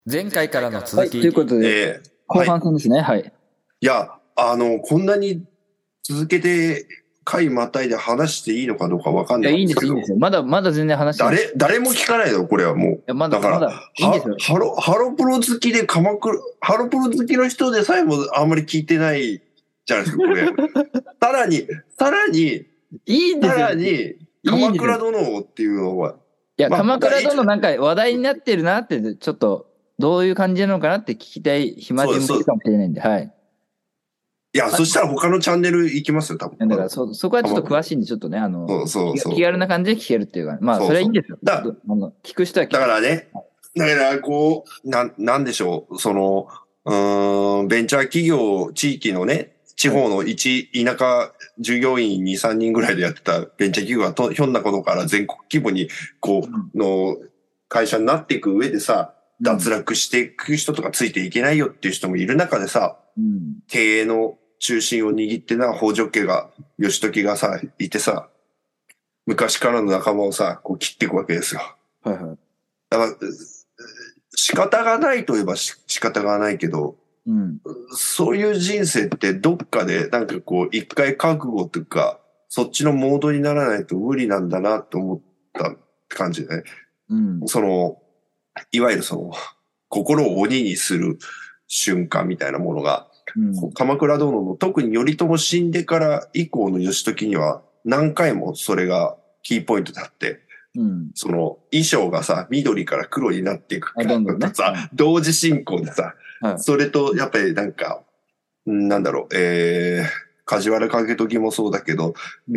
前回からのはい、 続き。 ということで、後はい。 半戦ですね。はい。 いや、こんなに続けて回またいで話していいのかどうかわかんいや、いいんです、 ないんですけど、 いいんですよ。まだ全然話してない。 誰も聞かないのこれはもう。 いや、まだから、 だ、いいんですよ。 ハロプロ好きでハロプロ好きの人でさえもあんまり聞いてないじゃないですか、これ。さらに、 いいんですよ。 鎌倉殿っていうのは、 いや、 まあ鎌倉殿なんか話題になってるなって、ちょっと、どういう感じなのかなって聞きたい暇人もいるかもしれないんで、はい。 いや、そしたら他のチャンネル行きますよ、多分。 だからそこはちょっと詳しいんで、ちょっとね、 そう。 気軽な感じで聞けるっていうか、まあ、それはいいんですよ。聞く人は聞く。 だからね、こう、なんでしょう、ベンチャー企業、地域のね、地方の田舎従業員2、3人ぐらいでやってたベンチャー企業がひょんなことから全国規模に、の会社になっていく上でさ、脱落していく人とかついていけないよっていう人もいる中でさ、経営の中心を握ってな、北条家が、義時がさ、いてさ、昔からの仲間をさ、こう切っていくわけですよ。 はいはい。 だから、仕方がないといえば仕方がないけど、そういう人生ってどっかでなんかこう一回覚悟というか、そっちのモードにならないと無理なんだなと思ったって感じでね。いわゆる心を鬼にする瞬間みたいなものが、鎌倉殿の特に頼朝死んでから以降の義時には何回もそれがキーポイントだって、衣装がさ、緑から黒になっていくからさ、同時進行でさ、それとやっぱりなんか、なんだろう、梶原景時もそうだけど、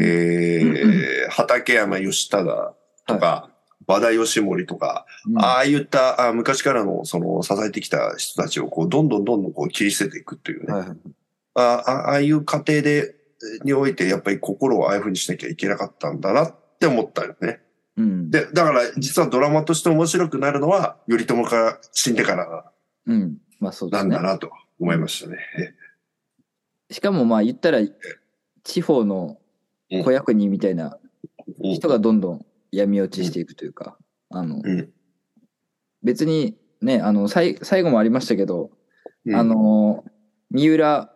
畠山義忠とか、和田義盛とか、ああいった昔からの支えてきた人たちをこうどんどんこう切り捨てていくっていうね。ああいう過程においてやっぱり心をああいう風にしなきゃいけなかったんだなって思ったよね。で、だから実はドラマとして面白くなるのは頼朝が死んでからなんだなと思いましたね。 しかもまあ言ったら地方の子役人みたいな人がどんどん闇落ちしていくというか、別にね、最後もありましたけど、三浦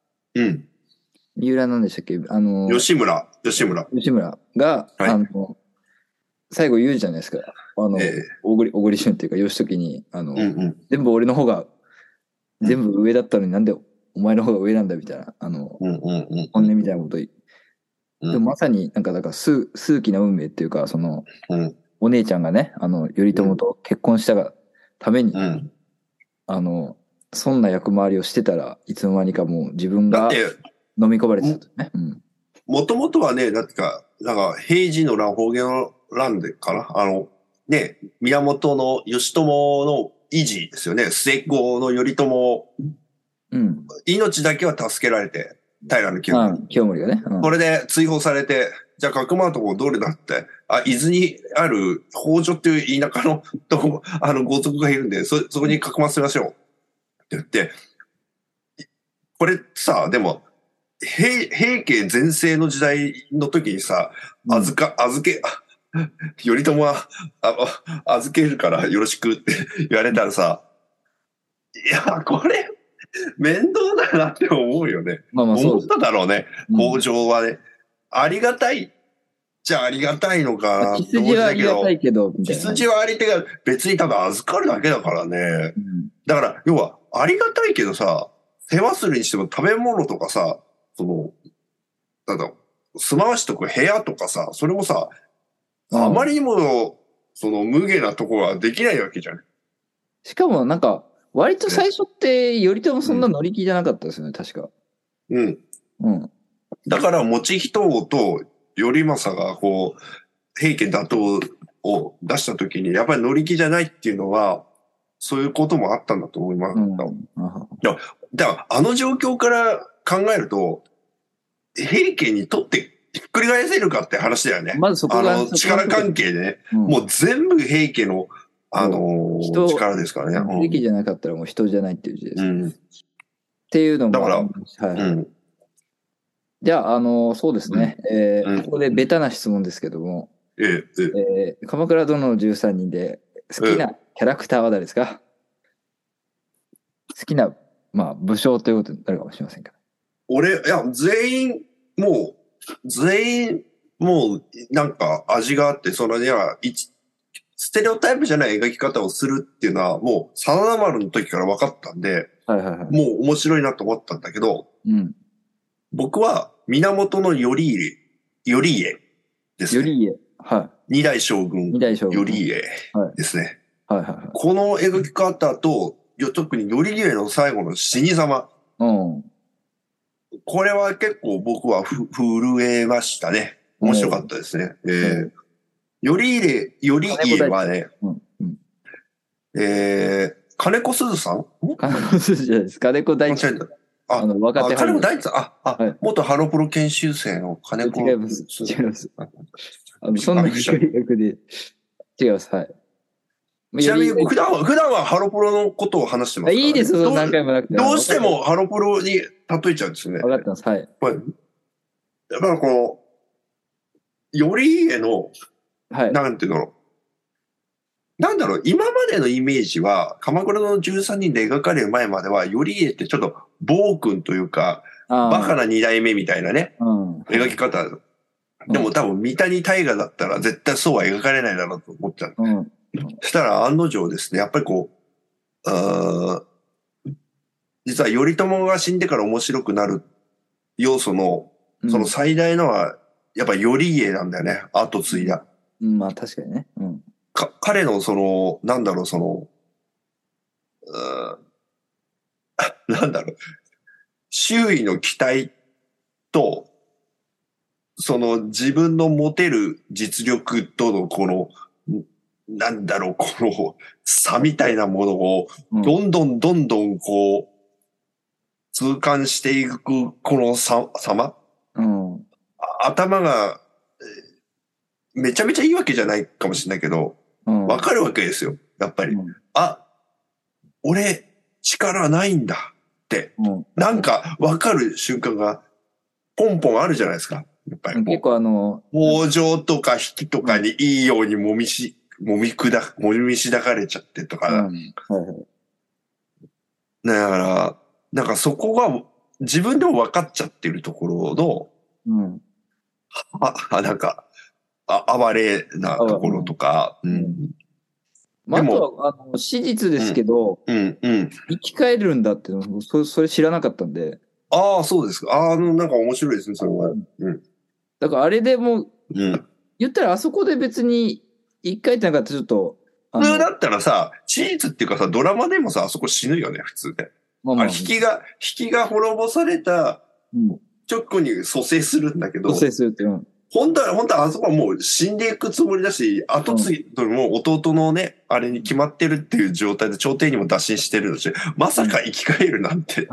なんでしたっけ、 吉村が、最後言うじゃないですか。小栗旬っていうか、義時に、全部俺の方が、全部上だったのになんでお前の方が上なんだみたいな、本音みたいなことでもまさになんか、だから数奇な運命っていうか、お姉ちゃんがね、頼朝と結婚したがために、そんな役回りをしてたらいつの間にかもう自分が飲み込まれてたとね。 もともとはね、なんか平治の乱、方言の乱でかな。源義朝の維持ですよね。末っ子の頼朝、命だけは助けられて、平清盛がね。 これで追放されて、じゃあかくまうとこどれだって、伊豆にある北条っていう田舎のとこ、豪族がいるんで、そこにかくませましょう。って言って、これさ、でも、平家全盛の時代の時にさ、頼朝は、預けるからよろしくって言われたらさ、いや、これ、面倒だなって思うよね。思っただろうね、北条はね。ありがたいじゃありがたいのかな。 血筋はありがたいけど、 血筋はありがたいけど、別にただ預かるだけだからね。だから、要は、ありがたいけどさ、世話するにしても食べ物とかさ、住まわしとく部屋とかさ、それもさ、あまりにも、無下なとこはできないわけじゃん。 しかもなんか、割と最初って、頼朝そんな乗り気じゃなかったですよね、確か。 だから、以仁と頼政が、平家打倒を出したときに、やっぱり乗り気じゃないっていうのは、そういうこともあったんだと思います。だから、状況から考えると、平家にとってひっくり返せるかって話だよね。 まずそこが。 力関係でね。もう全部平家の、力ですからね。 平家じゃなかったらもう人じゃないっていう字です。っていうのも。 だから、 じゃあ、そうですね。ここでベタな質問ですけども。鎌倉殿の13人で好きなキャラクターは誰ですか？ きな、まあ、武将ということになるかもしれませんけど。 いや、全員、もう、なんか味があって、そのには、ステレオタイプじゃない描き方をするっていうのは、もう、真田丸の時から分かったんで、 はいはいはい。 もう面白いなと思ったんだけど、 うん。 僕は、源頼家ですね。 頼家。はい。 二代将軍。頼家ですね。 はいはいはい。 この描き方と、特に頼家の最後の死に様。 うん。 これは結構僕は震えましたね。面白かったですね。頼家はね、金子すずさん？ 金子すずじゃないです。金子大地。 若手金子大地さん。元ハロプロ研修生の金子。 違います。違います。そんな低い役で。違います。はい。 ちなみに普段はハロプロのことを話してますから、ね。 いいですよ、何回もなくて。 どうしてもハロプロに例えちゃうんですよね。 分かってます。はい。 だからこの、頼家の、 はい。 なんていうの、なんだろう、今までのイメージは、鎌倉の13人で描かれる前までは、頼家ってちょっと暴君というか、バカな二代目みたいなね、描き方。でも多分、三谷大河だったら絶対そうは描かれないだろうと思っちゃう。そしたら案の定ですね、やっぱりこう、実は頼朝が死んでから面白くなる要素の、その最大のは、やっぱ頼家なんだよね、後継いだ。 まあ確かにね。 彼のその、なんだろう、その、なんだろう、周囲の期待と、その自分の持てる実力とのこの、なんだろう、この差みたいなものを、どんどんこう、痛感していく、この様、頭が、めちゃめちゃいいわけじゃないかもしれないけど、わかるわけですよ、やっぱり。俺、力ないんだって、なんかわかる瞬間が、ポンポンあるじゃないですか。やっぱり結構北条とか引きとかにいいようにもみしだかれちゃってとか。だから、なんかそこが自分でも分かっちゃってるところの、なんか、哀れなところとか。 あとは、史実ですけど、生き返るんだってそれ知らなかったんで。 ああ、そうですか。なんか面白いですね、それは。 だからあれでも、言ったらあそこで別に一回ってなかったらちょっと。 普通だったらさ、史実っていうかさ、ドラマでもさ、あそこ死ぬよね、普通で。引きが滅ぼされた直後に蘇生するんだけど。 蘇生するっていう。 本当はあそこはもう死んでいくつもりだし、後継ぎも弟のね、あれに決まってるっていう状態で朝廷にも打診してるのし、まさか生き返るなんて。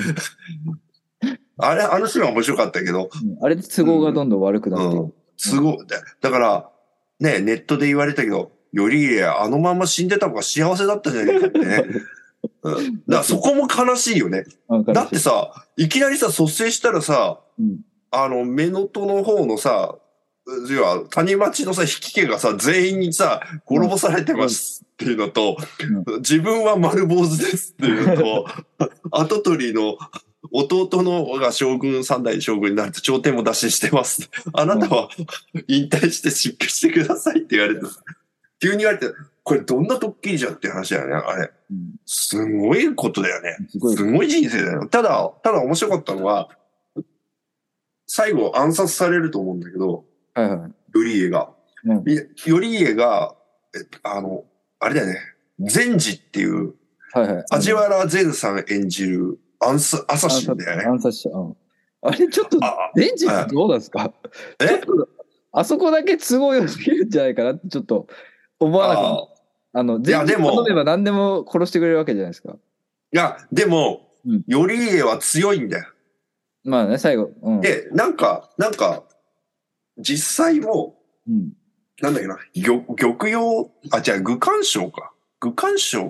あのシーンは面白かったけど。 あれで都合がどんどん悪くなって都合、だから、ね、ネットで言われたけど、頼家あのまま死んでた方が幸せだったじゃねえかってね。だからそこも悲しいよね。だってさ、いきなりさ、蘇生したらさ、目のとの方のさ、要は谷町のさ、引き家がさ、全員にさ、滅ぼされてますっていうのと、自分は丸坊主ですっていうのと、跡取りの弟のが三代将軍になると朝廷も打診してます。あなたは引退して出家してくださいって言われて、急に言われて、これどんなドッキリじゃんって話だよね、あれ。すごいことだよね。すごい人生だよ。ただ面白かったのは、最後暗殺されると思うんだけど、頼家が。頼家が、あれだよね、善治っていう、梶原善さん演じるアサシンだよね。 暗殺者。あれちょっと、善治ってどうなんですか？あそこだけ都合良すぎるんじゃないかなってちょっと思わなくて。善治頼めば何でも殺してくれるわけじゃないですか。いや、でも、頼家は強いんだよ。 まあね、最後。 で、なんか、実際も、なんだっけな、玉葉、愚官賞か。愚官賞、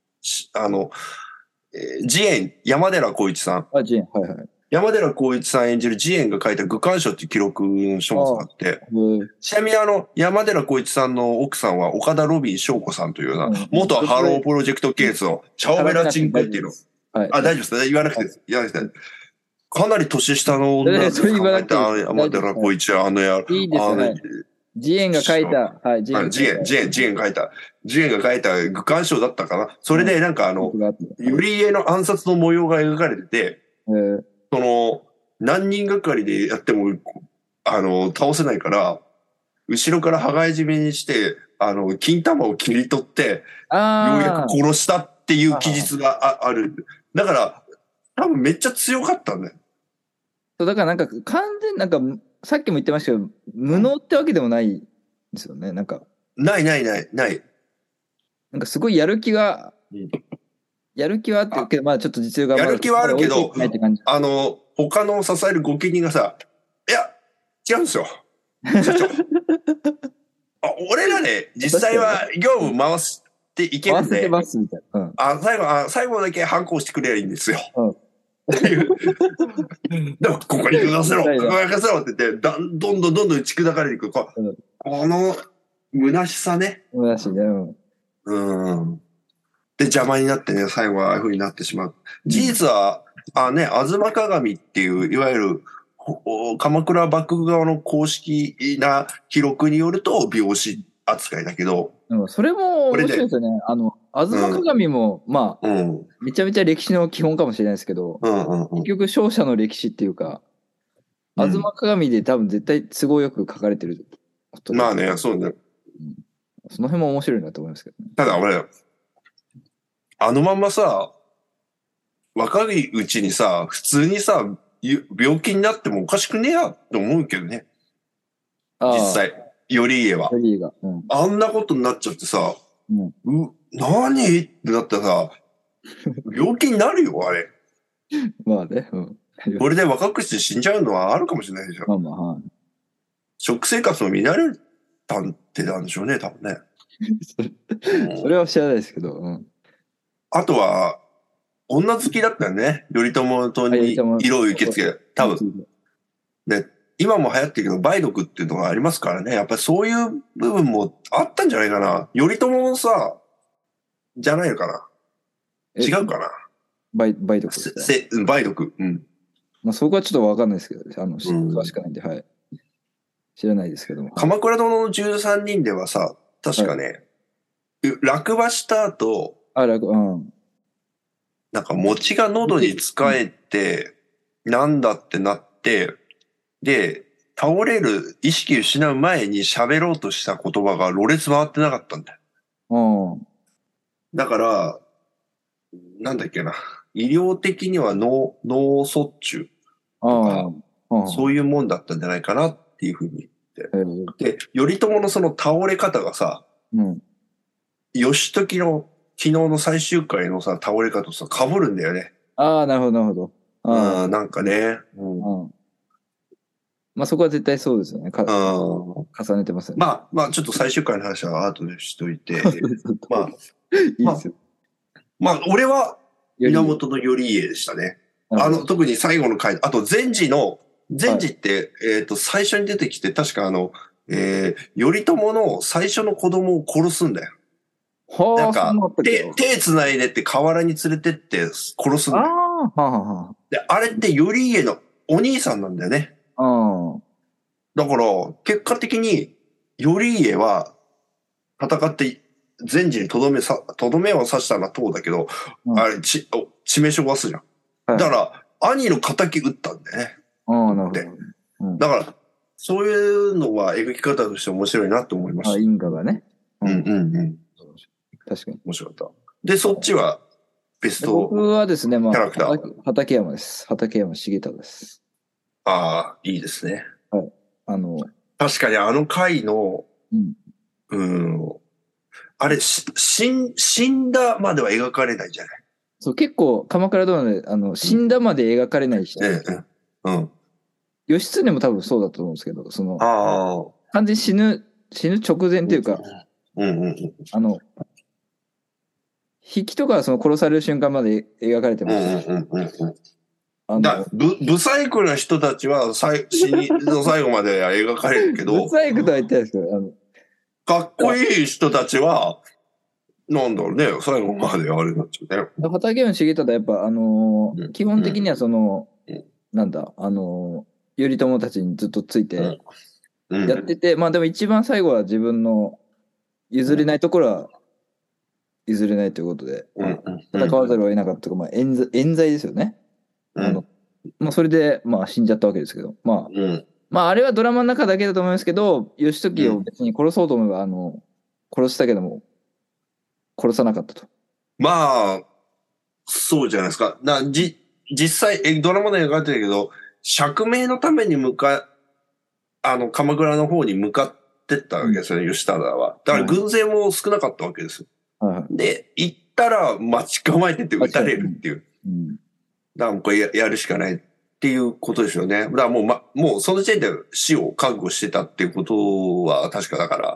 慈円、山寺宏一さん。 慈円、はいはい。 山寺宏一さん演じる慈円が書いた愚官賞っていう記録の書物があって、ちなみに山寺宏一さんの奥さんは岡田ロビン翔子さんという元ハロープロジェクトケースのチャオベラチンクっていうの。 はい。 大丈夫ですね。言わなくてです。言わなくて。かなり年下の女の子それ言わなくていい。 山寺宏一はいいですね。次元が書いた。はい、 次元書いた。次元が書いた具鑑賞だったかな。それでなんか頼家の暗殺の模様が描かれてて、何人がかりでやっても、倒せないから、後ろから羽交い締めにして、金玉を切り取って、ようやく殺したっていう記述がある。だから、多分めっちゃ強かったんだよ。 そう、だからなんか完全なんか、さっきも言ってましたけど、無能ってわけでもないですよね、なんか。 ない。 なんかすごいやる気が、やる気はあってるけど、まあちょっと実力がやる気はあるけど、他の支える御家人がさ、いや、違うんですよ。社長。俺らね、実際は業務回していけるんで、最後だけ反抗してくれりゃいいんですよ。っていう。でも、ここに行かせろって言って、どんどん打ち砕かれていく。この、虚しさね。 虚しいね。 で、邪魔になってね、最後はああいう風になってしまう。事実は、吾妻鏡っていう、いわゆる、鎌倉幕府側の公式な記録によると、病死扱いだけど。 それも面白いですよね。吾妻鏡も、まあ、めちゃめちゃ歴史の基本かもしれないですけど、結局勝者の歴史っていうか、吾妻鏡で多分絶対都合よく書かれてる。 まあね、そうね。 その辺も面白いなと思いますけどね。 ただ俺、まんまさ、若いうちにさ、普通にさ、病気になってもおかしくねえやって思うけどね。実際、頼家は。あんなことになっちゃってさ、何ってなったらさ、病気になるよ、あれ。 まあね。 これで若くして死んじゃうのはあるかもしれないでしょ。食生活も乱れたんってなんでしょうね、多分ね。 それは知らないですけど。 あとは、女好きだったよね。頼朝とに色を受け付ける。多分。で、今も流行ってるけど、梅毒っていうのがありますからね。やっぱりそういう部分もあったんじゃないかな。頼朝もさ、じゃないのかな。違うかな。 梅毒ですか。 梅毒。 まあそこはちょっとわかんないですけど、詳しくないんで、はい。知らないですけども。 鎌倉殿の13人ではさ、確かね、落馬した後、なんか餅が喉につかえて、なんだってなって、で、倒れる、意識失う前に喋ろうとした言葉がろれつ回ってなかったんだよ。だから、なんだっけな、医療的には脳卒中とか、そういうもんだったんじゃないかなっていうふうに言って。で、頼朝のその倒れ方がさ、義時の昨日の最終回のさ、倒れ方とさ、被るんだよね。 なるほど、なるほど。なんかね。 まあそこは絶対そうですよね。重ねてますよね。 まあちょっと最終回の話は後でしといて。 いいですよ。 まあ俺は源頼家でしたね。特に最後の回、あと善治って、最初に出てきて、確か頼朝の最初の子供を殺すんだよ。なんか、手繋いでって河原に連れてって殺すんだよ。で、あれって頼家のお兄さんなんだよね。だから、結果的に、頼家は戦って善治にとどめを刺したのは党だけど、あれ、致命傷がすじゃん。だから、兄の敵撃ったんだよね。 なるほど。だから、そういうのは描き方として面白いなと思いました。 因果がね。確かに。 面白かった。で、そっちは、ベスト僕はですね、 キャラクター。 畠山です。畠山重太です。 いいですね。 はい。 確かにあの回の、あれ、死んだまでは描かれないじゃない。 そう、結構、鎌倉殿で、死んだまで描かれない人。義経も多分そうだと思うんですけど、完全に死ぬ直前っていうか、引きとかはその殺される瞬間まで描かれてました。 ブサイクな人たちは死の最後まで描かれるけど、 ブサイクとは言ってないですけど、 かっこいい人たちは、 なんだろうね、最後まであれになっちゃうね。 畠山重忠やっぱ基本的にはなんだ、頼朝たちにずっとついてやってて、まあでも一番最後は自分の譲れないところは譲れないということで、戦わざるを得なかったとか、まあ冤罪ですよね。まあそれで、まあ死んじゃったわけですけど、まああれはドラマの中だけだと思いますけど、義時を別に殺そうと思えば、殺したけども、殺さなかったと。 まあ、そうじゃないですか。実際、ドラマで描いてるけど、釈明のために鎌倉の方に向かってったわけですよね、義忠は。だから軍勢も少なかったわけですよ。で、行ったら待ち構えてて撃たれるっていう。だからもうこれやるしかないっていうことですよね。だからもうその時点で死を覚悟してたっていうことは確かだから、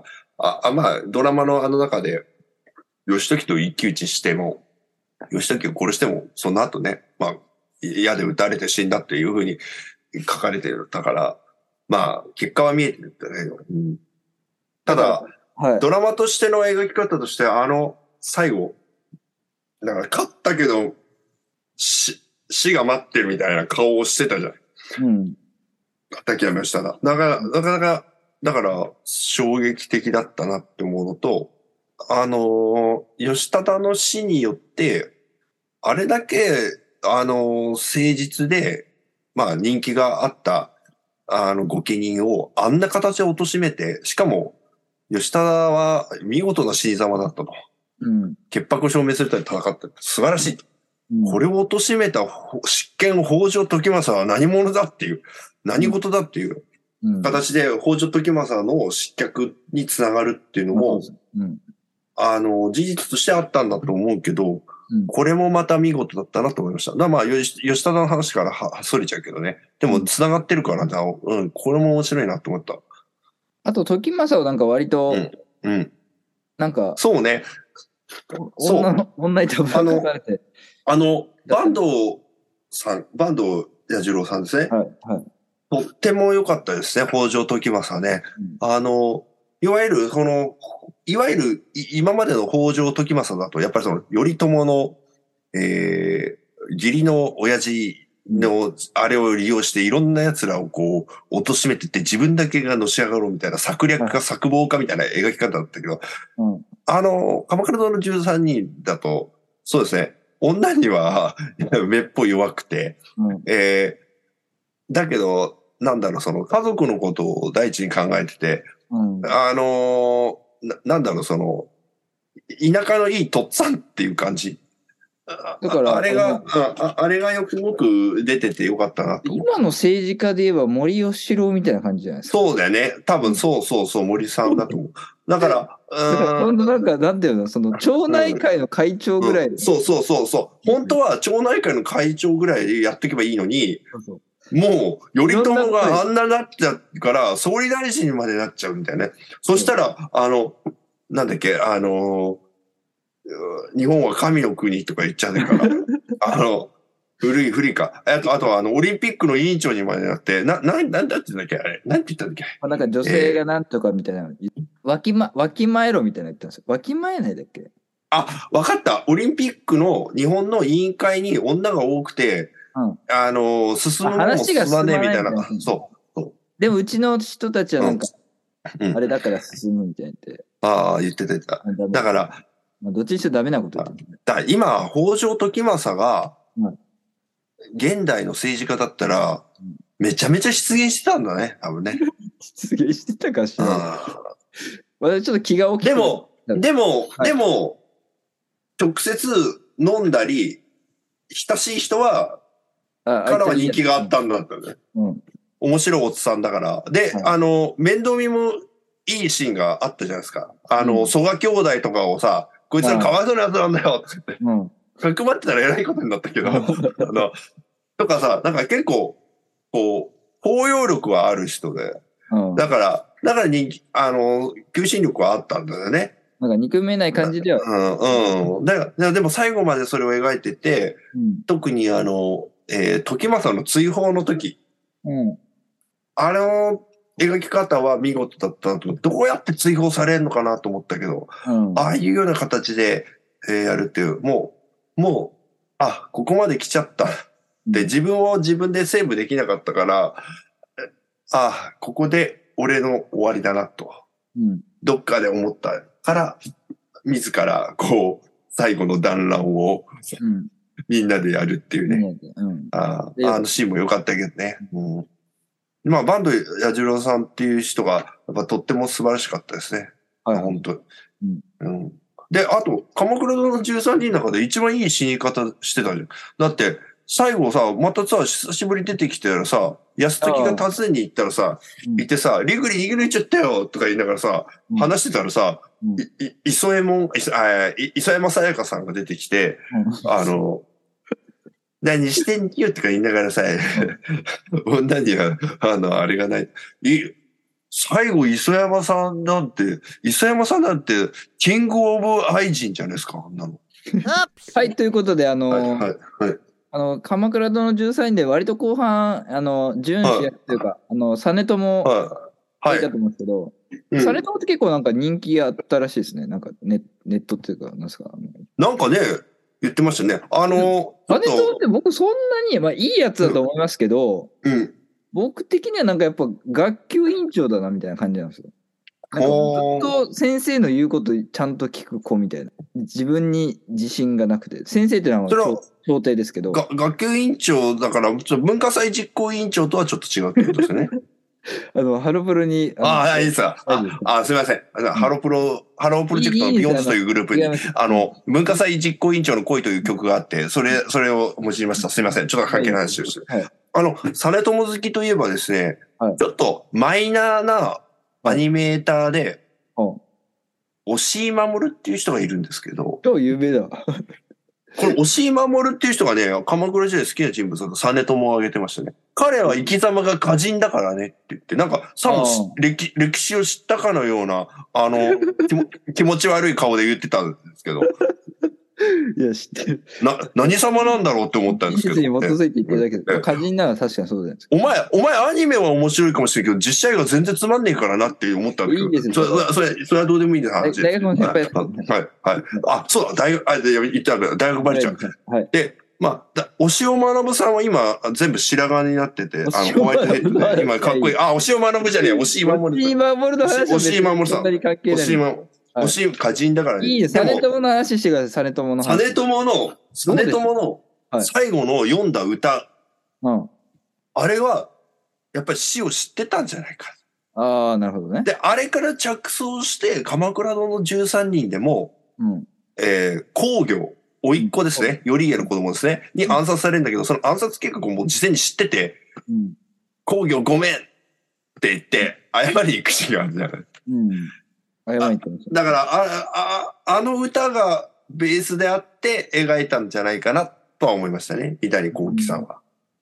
まあ、ドラマの中で、義時と一騎打ちしても、義時を殺しても、その後ね、まあ、矢で撃たれて死んだっていうふうに書かれてる。だから、まあ、結果は見えてるんだね。ただ、ドラマとしての描き方として、最後、だから勝ったけど、死が待ってるみたいな顔をしてたじゃん。畠山義忠。だから、衝撃的だったなって思うのと、義忠の死によって、あれだけ、誠実で、まあ人気があった、御家人をあんな形で貶めて、しかも、義忠は見事な死に様だったと。潔白を証明するために戦った。素晴らしい。これを貶めた執権北条時政は何者だっていう、何事だっていう形で北条時政の失脚につながるっていうのも、事実としてあったんだと思うけど、これもまた見事だったなと思いました。まあ、義忠の話からそれちゃうけどね。でも、繋がってるからな、これも面白いなと思った。 あと、時政をなんか割と、なんか、 そうね。 女に多分書かれて。 坂東彌十郎さんですね。とっても良かったですね、北条時政ね。いわゆる今までの北条時政だと、やっぱり頼朝の、義理の親父の、あれを利用していろんな奴らをこう、貶めてって自分だけがのし上がろうみたいな策略か策謀かみたいな描き方だったけど、鎌倉殿の13人だと、そうですね、女にはめっぽい弱くて、だけど、なんだろう、家族のことを第一に考えてて、なんだろう、田舎のいいとっつぁんっていう感じ。だから、あれがよく出ててよかったなと。 今の政治家で言えば森喜朗みたいな感じじゃないですか。 そうだよね。多分そう、森さんだと思う。だから、 なんか、なんていうの、町内会の会長ぐらい、 そう。本当は町内会の会長ぐらいでやっていけばいいのに、もう、頼朝があんななっちゃうから、総理大臣にまでなっちゃうみたいなね。そしたら、なんだっけ、日本は神の国とか言っちゃうから、古いか。あとオリンピックの委員長にまでなって、なんだって言うんだっけあれ。なんて言ったんだっけなんか女性がなんとかみたいな、わきまえろみたいな言ったんですよ。わきまえないだっけわかった。オリンピックの日本の委員会に女が多くて、進むのも進まねえみたいな。そう。 でもうちの人たちはなんか、あれだから進むみたいな。言ってた。だから、 どっちにしてダメなこと言ってる。 今、北条時政が、現代の政治家だったら、めちゃめちゃ失言してたんだね、多分ね。 失言してたかしら。私ちょっと気が大きい。 でも、直接飲んだり、親しい人は、からは人気があったんだったね。面白いおっさんだから。で、面倒見もいいシーンがあったじゃないですか。蘇我兄弟とかをさ、こいつらかわいそうなやつなんだよって言って。かくまってたら偉いことになったけど、とかさ、なんか結構、こう、包容力はある人で、だから人気、求心力はあったんだよね。 なんか憎めない感じでは。 でも最後までそれを描いてて、特に時政の追放の時、あれを描き方は見事だったなと思って、どうやって追放されるのかなと思ったけど、ああいうような形で、やるっていう、もう、ここまで来ちゃった。で、自分を自分でセーブできなかったから、ここで俺の終わりだなと。どっかで思ったから、自ら、こう、最後の団らんを、みんなでやるっていうね。あのシーンも良かったけどね。まあ、坂東彌十郎さんっていう人が、やっぱとっても素晴らしかったですね。本当に。で、あと、鎌倉殿の13人の中で一番いい死に方してたじゃん。だって、最後さ、またさ、久しぶり出てきてたらさ、安時が訪ねに行ったらさ、いてさ、リグリ逃げ抜いちゃったよとか言いながらさ、話してたらさ、磯山さやかさんが出てきて、何してんよとか言いながらさ、女には、あれがない。最後、磯山さんなんて、キングオブ愛人じゃないですか、あんなの。 はい、ということで、鎌倉殿の13人で割と後半、準主役というか、実朝いたと思うんですけど、実朝って結構なんか人気あったらしいですね。なんかネットっていうか、なんですか。 なんかね、言ってましたね。 実朝って僕そんなに、まあいいやつだと思いますけど、僕的にはなんかやっぱ学級委員長だなみたいな感じなんですよ。なんかずっと先生の言うことちゃんと聞く子みたいな。自分に自信がなくて。先生ってのは朝廷ですけど。 学級委員長だから、文化祭実行委員長とはちょっと違うってことですね。 ハロプロに。 いいですか。すいません。ハロプロジェクトのビヨンズというグループに、文化祭実行委員長の恋という曲があって、それを用いました。すいません。ちょっと関係ない話です。実朝好きといえばですね、ちょっとマイナーなアニメーターで、押井守っていう人がいるんですけど。 超有名だ。 これ、押井守っていう人がね、鎌倉時代好きな人物だと実朝を挙げてましたね。彼は生き様が歌人だからねって言って、なんか、さも歴史を知ったかのような、気持ち悪い顔で言ってたんですけど。 いや、知ってる。 何様なんだろうって思ったんですけど。 事実に基づいて言ってるだけで。歌人なら確かにそうじゃないですか。 お前アニメは面白いかもしれないけど、実写映画全然つまんねえからなって思ったんですけど。いいですね。それはどうでもいいんです、話。 大学の先輩やった。 はい。そうだ、言ったら大学バレちゃう。で、まあ、押尾学さんは今、全部白髪になってて、ホワイトヘッドで、今かっこいい。押尾学じゃねえ、押井守。 押井守の話は押井守さん。押井歌人だからね。 いいです。実朝の話してください、実朝の話。 実朝の最後の読んだ歌。あれは、やっぱり死を知ってたんじゃないか。 なるほどね。 で、あれから着想して、鎌倉殿の13人でも、公暁、甥っ子ですね。頼家の子供ですね。に暗殺されるんだけど、その暗殺計画をもう事前に知ってて、公暁ごめんって言って、謝りに行くシーンがあるじゃない。だから、あの歌がベースであって描いたんじゃないかなとは思いましたね。三谷幸喜さんは。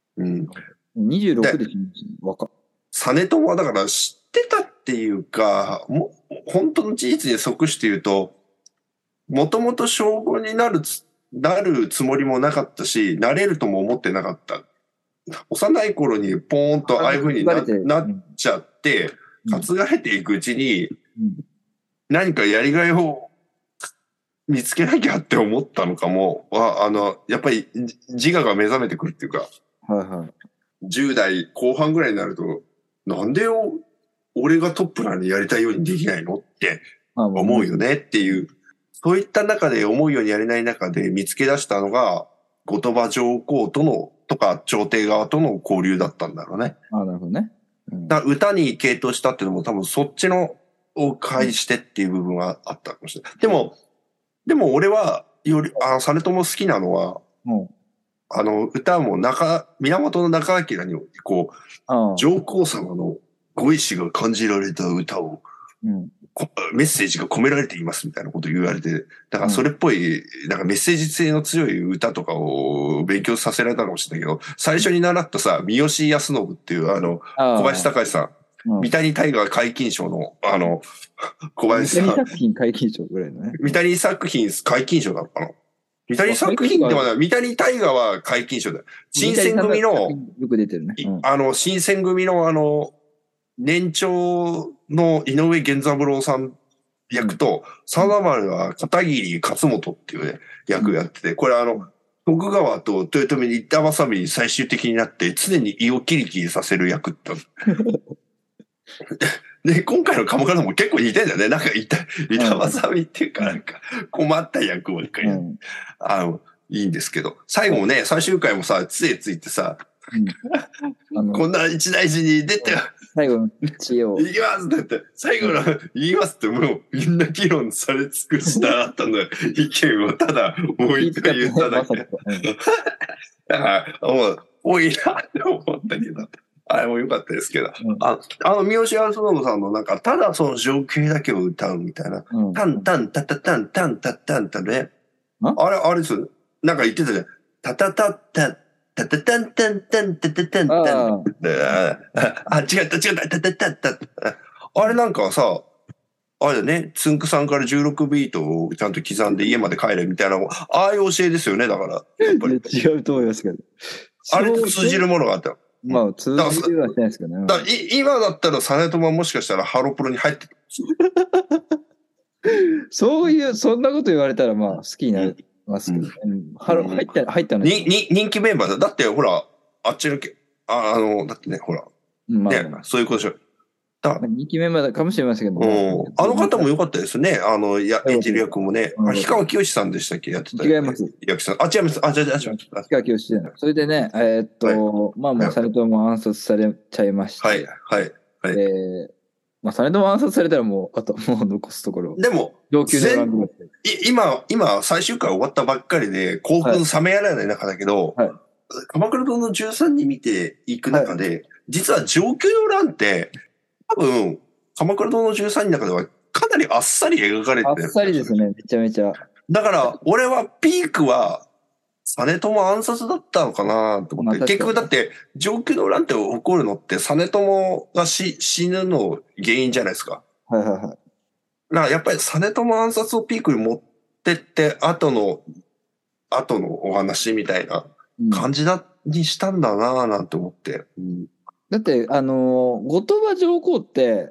26で死んだ。 実朝はだから知ってたっていうか、本当の事実に即して言うと、もともと将軍になるつもりもなかったし、なれるとも思ってなかった。幼い頃にポーンとああいう風になっちゃって、担がれていくうちに、何かやりがいを見つけなきゃって思ったのかも、やっぱり自我が目覚めてくるっていうか、10代後半ぐらいになると、なんで俺がトップなのにやりたいようにできないのって思うよねっていう、そういった中で思うようにやれない中で見つけ出したのが、後鳥羽上皇とか朝廷側との交流だったんだろうね。 なるほどね。 だから歌に傾倒したっていうのも多分そっちのを介してっていう部分はあったかもしれない。でも俺は、実朝好きなのは、歌も源中明に、上皇様のご意志が感じられた歌を、メッセージが込められていますみたいなこと言われて、だからそれっぽい、なんかメッセージ性の強い歌とかを勉強させられたかもしれないけど、最初に習ったさ、三好康信っていう小林隆さん、三谷大河皆勤賞の、小林さん。 三谷作品皆勤賞ぐらいのね。 三谷作品皆勤賞だったの。三谷作品ではない、三谷大河は皆勤賞だよ。新選組の、 よく出てるね。 新選組の年長の井上源三郎さん役と、真田丸は片桐勝元っていうね、役やってて、これ徳川と豊臣に板挟みに最終的になって常に胃をキリキリさせる役って。で、今回の鎌倉も結構似てんだよね。なんか板挟みっていうかなんか困った役ばっかり。いいんですけど。最後もね、最終回もさ、杖ついてさ、こんな一大事に出て、 最後の知恵を。 言いますって言って、最後の言いますってもうみんな議論され尽くした後の意見をただもう一回言っただけ。だから、もう、多いなって思ったけど。あれも良かったですけど。三好康信さんのなんか、ただその情景だけを歌うみたいな。タンタンタタタンタンタタンタね。あれです。なんか言ってたじゃん。タタタッタタタタンタンタンタタタンタン。違った、タタタッタ。あれなんかさ、あれだね、つんくさんから16ビートをちゃんと刻んで家まで帰れみたいな、ああいう教えですよね、だから。やっぱり違うと思いますけど。 あれと通じるものがあった。 まあ、通じるはしないですけどね。 今だったら実朝はもしかしたらハロプロに入ってる。 そんなこと言われたらまあ好きになりますけどね。入ったの人気メンバーだ。だってほら、あっちのだってね、ほら。ね、そういうことでしょ。 人気メンバーかもしれませんけど。 あの方も良かったですね。演じる役もね。氷川きよしさんでしたっけやってた。 違います。 違います。違います。 氷川きよしじゃない。それでね、まあもう、実朝も暗殺されちゃいました。 はい。 まあ、実朝暗殺されたらもう残すところ。 でも、今、最終回終わったばっかりで、興奮冷めやらない中だけど、鎌倉殿の13人見ていく中で、実は承久の乱って、多分、鎌倉殿の13人の中ではかなりあっさり描かれてる。 あっさりですね、めちゃめちゃ。 だから、俺はピークは、実朝暗殺だったのかなと思って。結局だって、承久の乱って起こるのって、実朝が死ぬの原因じゃないですか。 だからやっぱり実朝暗殺をピークに持ってって、後のお話みたいな感じにしたんだななんて思って。 だって、後鳥羽上皇って、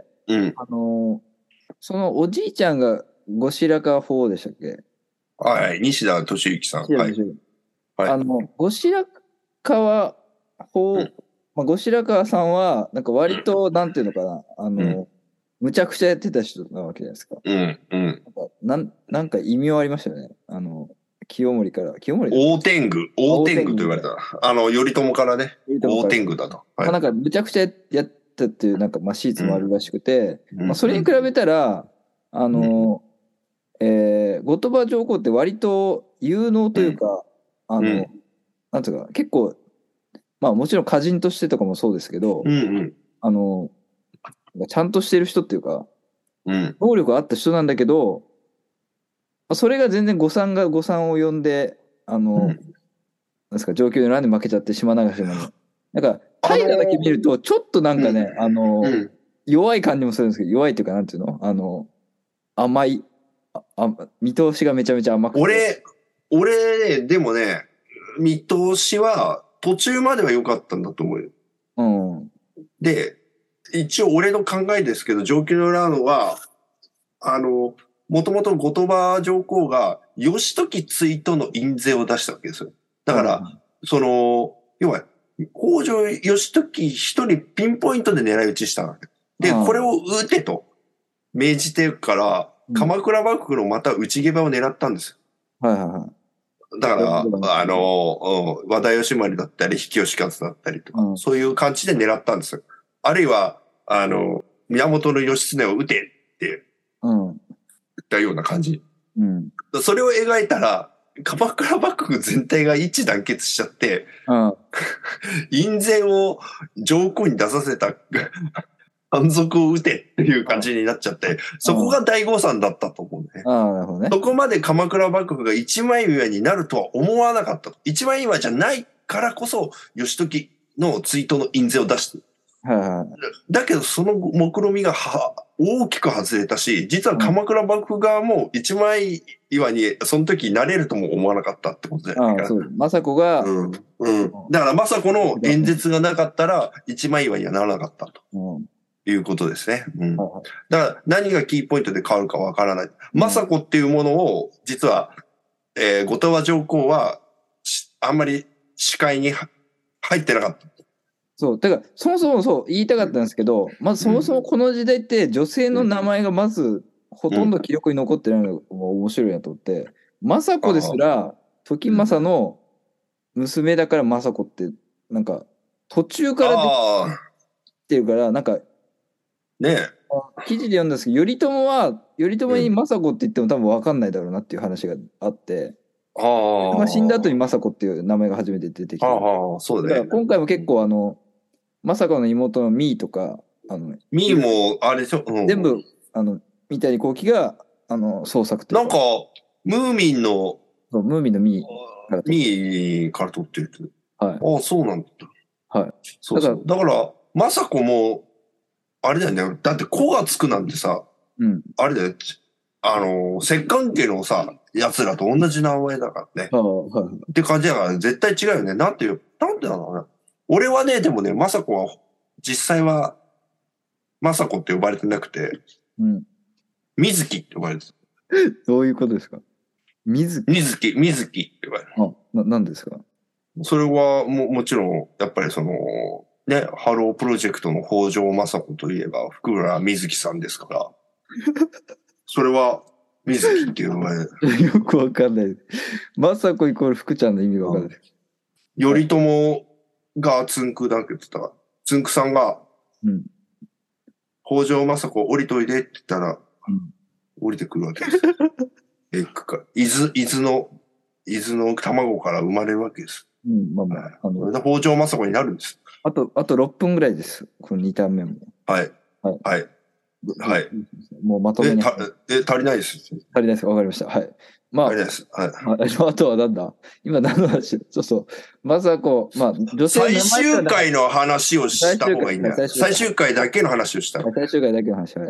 そのおじいちゃんが後白河法でしたっけ？ はい、西田敏行さん。 後白河法、後白河さんは、なんか割と、なんていうのかな、むちゃくちゃやってた人なわけじゃないですか。なんか意味はありましたよね。清盛大天狗と言われた。頼朝からね、大天狗だと。 なんかむちゃくちゃやったっていう、なんか、シーツもあるらしくて、それに比べたら、後鳥羽上皇って割と有能というか、なんていうか、結構、まあもちろん歌人としてとかもそうですけど、ちゃんとしてる人っていうか、能力あった人なんだけど、それが全然誤算を呼んで、なんですか、承久の乱で負けちゃって島流しなの。なんか、大河だけ見ると、ちょっとなんかね、弱い感じもするんですけど、弱いっていうか、なんていうの？甘い、見通しがめちゃめちゃ甘くて。 俺、でもね、見通しは途中までは良かったんだと思うよ。で、一応俺の考えですけど、承久の乱は、もともと後鳥羽上皇が義時追討の印税を出したわけですよ。だから、要は、北条義時一人ピンポイントで狙い撃ちしたわけ。で、これを撃てと命じてるから、鎌倉幕府のまた内下場を狙ったんですよ。だから、和田義盛だったり、比企能員だったりとか、そういう感じで狙ったんですよ。あるいは、源義経を撃てって言ったような感じ。それを描いたら、鎌倉幕府全体が一致団結しちゃって、印税を上皇に出させた反則を撃てっていう感じになっちゃって、そこが大誤算だったと思うね。 なるほどね。 そこまで鎌倉幕府が一枚岩になるとは思わなかったと。一枚岩じゃないからこそ、義時の追討の印税を出して。だけどその目論みが大きく外れたし、実は鎌倉幕府側も一枚岩にその時なれるとも思わなかったってことじゃないかな。 政子が、 だから政子の演説がなかったら一枚岩にはならなかったと。 いうことですね。うん。 はいはい、 だから何がキーポイントで変わるかわからない。政子っていうものを、実は、後鳥羽上皇は、あんまり視界に入ってなかった。 そう。だから、そもそもそう言いたかったんですけど、まずそもそもこの時代って女性の名前がまずほとんど記録に残ってないのが面白いなと思って、政子ですら、時政の娘だから政子って、なんか、途中から出てるから、なんか、 ね記事で読んだんですけど、頼朝に政子って言っても多分分かんないだろうなっていう話があって、死んだ後に政子っていう名前が初めて出てきて、 そうね。 だから今回も結構政子の妹のミーとか、 ミーも、あれでしょ、 全部、三谷幸喜が、創作というか。なんか、ムーミンの、 ムーミンのミーから取ってる。 はい。 ああ、そうなんだ。 はい。 そうそう。だから、政子も、あれだよね。だって、子がつくなんてさ、あれだよ。摂関家のさ、奴らと同じ名前だからね。って感じだから、絶対違うよね。なんでだろうな。俺はね、でもね、政子は、実際は、政子って呼ばれてなくて、水木って呼ばれてた。 どういうことですか？水木って呼ばれる。 何ですか？ それはもちろん、やっぱりね、ハロープロジェクトの北条政子といえば、福浦水木さんですから、それは、水木って呼ばれる。 よくわかんない。政子イコール福ちゃんの意味がわかんない。 頼朝がつんくだけって言ったら、つんくさんが、北条政子降りといでって言ったら、降りてくるわけです。伊豆の卵から生まれるわけです。北条政子になるんです。 あと6分ぐらいです。この2ターン目も。 はい。 もうまとめに。 足りないです。 足りないですか？わかりました。はい。 まあ、足りないです。はい。 あとはなんだ？今何の話？政子、女性最終回の話をした方がいいんだよ。最終回だけの話をした。 最終回だけの話、はい。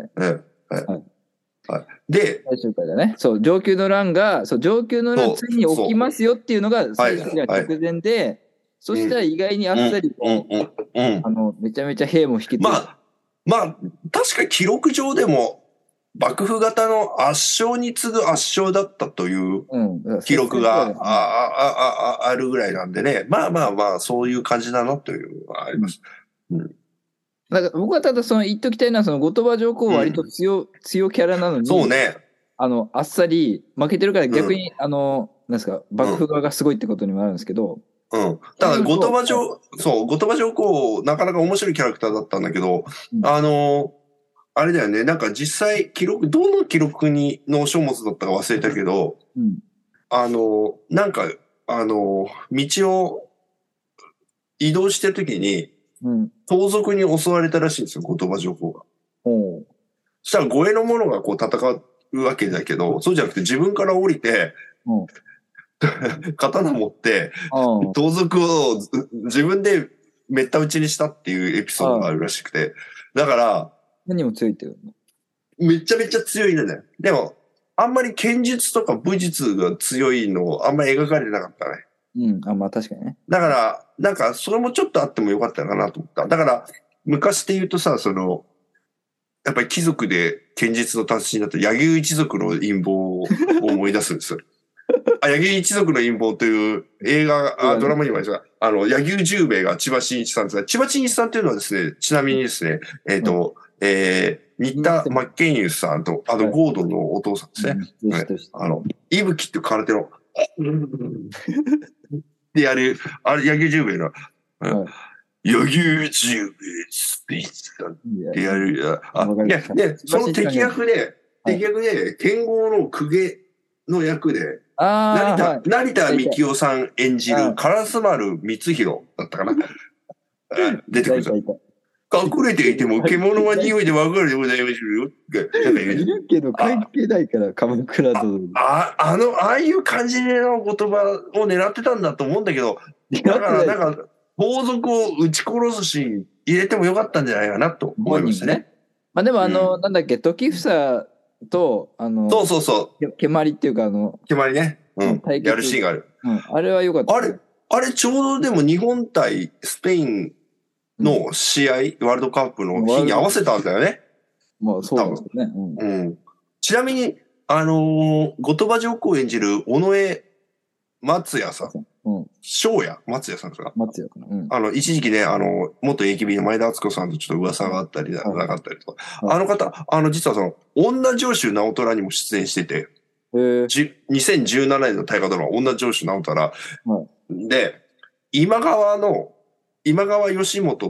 で、 最終回だね。そう、承久の乱が、承久の乱ついに起きますよっていうのが最終回直前で、そしたら意外にあっさりめちゃめちゃ兵も引き継いで。 確か記録上でも、幕府型の圧勝に次ぐ圧勝だったという記録があるぐらいなんでね。そういう感じだなというのはあります。 なんか僕はただ言っときたいのは、後鳥羽上皇は割と強キャラなのに、 そうね。 あっさり負けてるから逆に、なんですか、幕府側がすごいってことにもなるんですけど、 ただ、後鳥羽上皇、なかなか面白いキャラクターだったんだけど、あれだよね、なんか実際、どの記録の書物だったか忘れたけど、なんか、道を移動してるときに、盗賊に襲われたらしいんですよ、後鳥羽上皇が。そしたら護衛の者がこう戦うわけだけど、そうじゃなくて自分から降りて、刀持って、盗賊を自分でめった打ちにしたっていうエピソードがあるらしくて。だから、 何も強いっていうの？ めちゃめちゃ強いんだよ。でも、あんまり剣術とか武術が強いのあんまり描かれてなかったね。 確かにね。 だから、なんか、それもちょっとあってもよかったかなと思った。だから、昔で言うとさ、やっぱり貴族で剣術の達人だと、柳生一族の陰謀を思い出すんですよ。柳生一族の陰謀という映画、ドラマにもありますが、柳生十兵衛が千葉真一さんですが、千葉真一さんというのはですね、ちなみにですね、新田真剣佑さんと、ゴードンのお父さんですね。伊吹っていう空手の、でやる、柳生十兵衛の、柳生十兵衛スピーチさんってやる、で、その敵役で、剣豪の公家の役で、成田幹夫さん演じる烏丸光弘だったかな。出てくる。隠れていても獣は匂いでわかるでございますよ。 いるけど関係ないから、鎌倉殿。 ああいう感じの言葉を狙ってたんだと思うんだけど、だからなんか、盗賊を撃ち殺すシーン入れてもよかったんじゃないかなと思いましたね。 でもなんだっけ、時房と、 そう。 蹴鞠っていうか蹴鞠ね。やるシーンがある。 あれはよかった。 あれちょうどでも日本対スペインの試合、ワールドカップの日に合わせたんだよね。 まあ、そうですね。 ちなみに、後鳥羽上皇を演じる尾上松也さん。松也松也さんですか？ 松也かな。 一時期ね、元 AKB の前田敦子さんとちょっと噂があったりなかったりとか。あの方、実は女城主直虎にも出演してて、2017年の大河ドラマ、女城主直虎。で、今川義元って、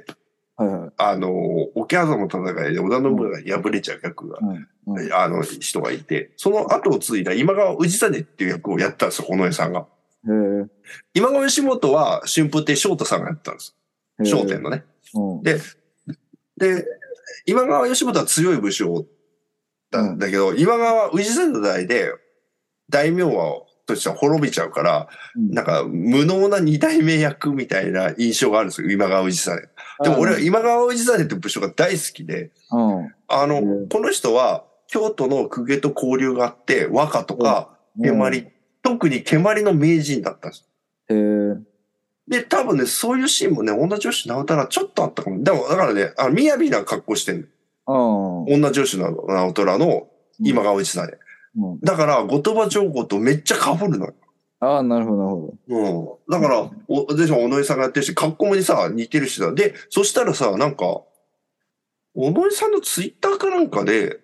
桶狭間の戦いで織田信長に敗れちゃう役が、人がいて、その後を継いだ今川氏真っていう役をやったんですよ、尾上さんが。今川義元は春風亭昇太さんがやったんです。笑点のね。で、今川義元は強い武将なんだけど、今川氏真の代で大名はとしては滅びちゃうから、なんか無能な二代目役みたいな印象があるんですよ、今川氏真。でも俺は今川氏真って武将が大好きで、この人は京都の公家と交流があって、和歌とか蹴鞠、特に蹴鞠の名人だったんです。で、多分ね、そういうシーンもね、女城主直虎ちょっとあったかも。でも、だからね、雅な格好してんの。女城主直虎の今川氏真。だから、後鳥羽上皇とめっちゃ被るのよ。 なるほど、なるほど。だから、でしょ、尾上さんがやってるし、格好もにさ、似てるしだ。で、そしたらさ、なんか、尾上さんのツイッターかなんかで、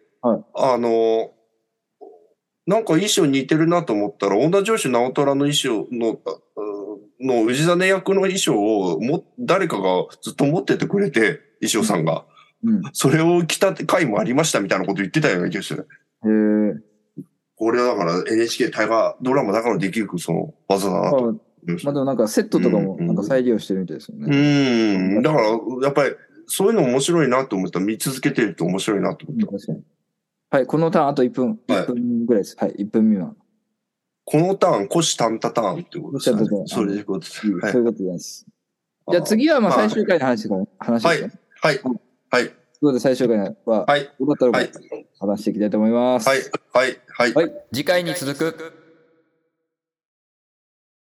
なんか衣装似てるなと思ったら、女城主直虎の衣装の氏真役の衣装を誰かがずっと持っててくれて、衣装さんが。それを着た回もありましたみたいなこと言ってたような気がしてる。これはだから NHK 大河ドラマだからできるその技だなと。 まあでもなんかセットとかもなんか再利用してるみたいですよね。 だから、やっぱりそういうの面白いなと思ったら見続けてると面白いなと思った。 確かに。はい、このターンあと1分ぐらいです。はい、1分未満。 このターン、虎視眈々ターンってことですね。それでいくことです。 そういうことです。じゃあ次はまあ最終回の話ですかね。 はい。はい。 ということで最終回は、よかったら話していきたいと思います。 はい。 次回に続く。